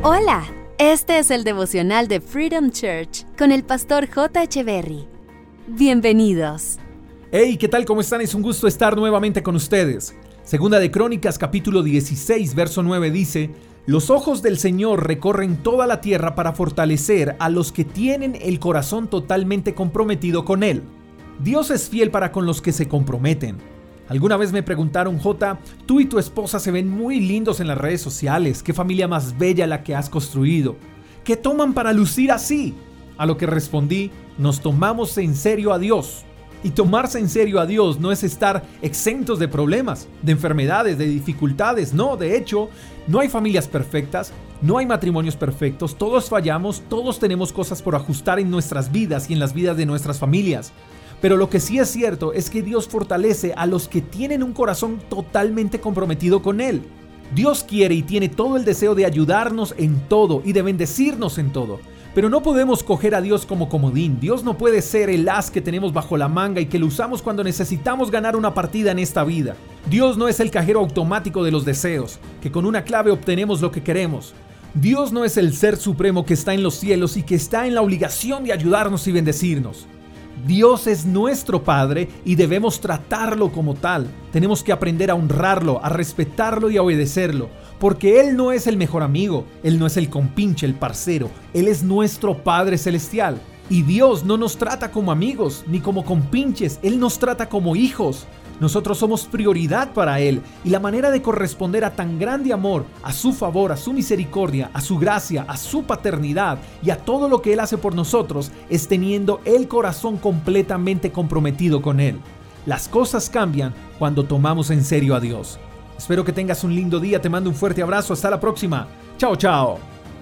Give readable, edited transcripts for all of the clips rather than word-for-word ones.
Hola, este es el devocional de Freedom Church con el pastor J. Berry. Bienvenidos. Hey, ¿qué tal? ¿Cómo están? Es un gusto estar nuevamente con ustedes. Segunda de Crónicas, capítulo 16, verso 9 dice: Los ojos del Señor recorren toda la tierra para fortalecer a los que tienen el corazón totalmente comprometido con Él. Dios es fiel para con los que se comprometen. Alguna vez me preguntaron: J, tú y tu esposa se ven muy lindos en las redes sociales. ¿Qué familia más bella la que has construido? ¿Qué toman para lucir así? A lo que respondí: nos tomamos en serio a Dios. Y tomarse en serio a Dios no es estar exentos de problemas, de enfermedades, de dificultades. No, de hecho, no hay familias perfectas, no hay matrimonios perfectos. Todos fallamos, todos tenemos cosas por ajustar en nuestras vidas y en las vidas de nuestras familias. Pero lo que sí es cierto es que Dios fortalece a los que tienen un corazón totalmente comprometido con Él. Dios quiere y tiene todo el deseo de ayudarnos en todo y de bendecirnos en todo. Pero no podemos coger a Dios como comodín. Dios no puede ser el as que tenemos bajo la manga y que lo usamos cuando necesitamos ganar una partida en esta vida. Dios no es el cajero automático de los deseos, que con una clave obtenemos lo que queremos. Dios no es el ser supremo que está en los cielos y que está en la obligación de ayudarnos y bendecirnos. Dios es nuestro Padre y debemos tratarlo como tal. Tenemos que aprender a honrarlo, a respetarlo y a obedecerlo, porque Él no es el mejor amigo, Él no es el compinche, el parcero, Él es nuestro Padre Celestial. Y Dios no nos trata como amigos ni como compinches, Él nos trata como hijos. Nosotros somos prioridad para Él y la manera de corresponder a tan grande amor, a su favor, a su misericordia, a su gracia, a su paternidad y a todo lo que Él hace por nosotros es teniendo el corazón completamente comprometido con Él. Las cosas cambian cuando tomamos en serio a Dios. Espero que tengas un lindo día, te mando un fuerte abrazo, hasta la próxima. Chao, chao.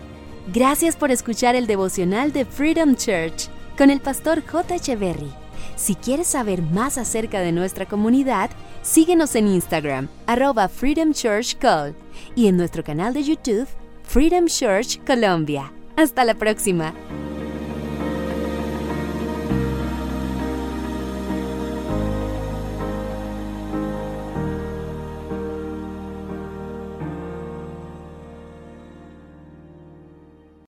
Gracias por escuchar el devocional de Freedom Church con el pastor J. Berry. Si quieres saber más acerca de nuestra comunidad, síguenos en Instagram, @Freedom Church Call, y en nuestro canal de YouTube, Freedom Church Colombia. Hasta la próxima.